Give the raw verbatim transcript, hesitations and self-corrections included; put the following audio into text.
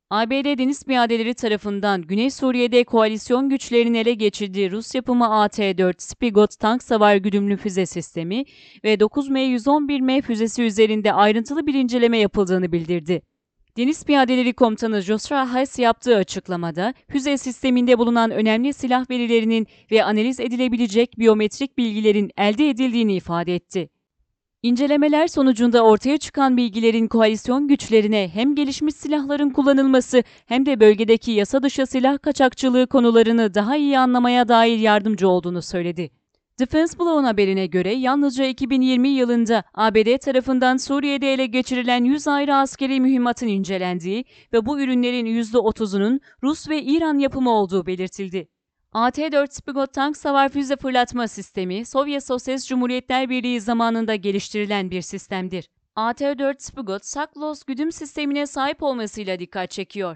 A B D Deniz Piyadeleri tarafından Güney Suriye'de koalisyon güçlerinin ele geçirdiği Rus yapımı A T dört Spigot tank savar güdümlü füze sistemi ve dokuz M yüz on bir M füzesi üzerinde ayrıntılı bir inceleme yapıldığını bildirdi. Deniz Piyadeleri Komutanı Joshua Hayes yaptığı açıklamada, füze sisteminde bulunan önemli silah verilerinin ve analiz edilebilecek biyometrik bilgilerin elde edildiğini ifade etti. İncelemeler sonucunda ortaya çıkan bilgilerin koalisyon güçlerine hem gelişmiş silahların kullanılması hem de bölgedeki yasa dışı silah kaçakçılığı konularını daha iyi anlamaya dair yardımcı olduğunu söyledi. Defense Blow'un haberine göre yalnızca iki bin yirmi yılında A B D tarafından Suriye'de ele geçirilen yüz ayrı askeri mühimmatın incelendiği ve bu ürünlerin yüzde otuzunun Rus ve İran yapımı olduğu belirtildi. A T dört Spigot tank savar füze fırlatma sistemi, Sovyet Sosyalist Cumhuriyetler Birliği zamanında geliştirilen bir sistemdir. A T dört Spigot, Saklos güdüm sistemine sahip olmasıyla dikkat çekiyor.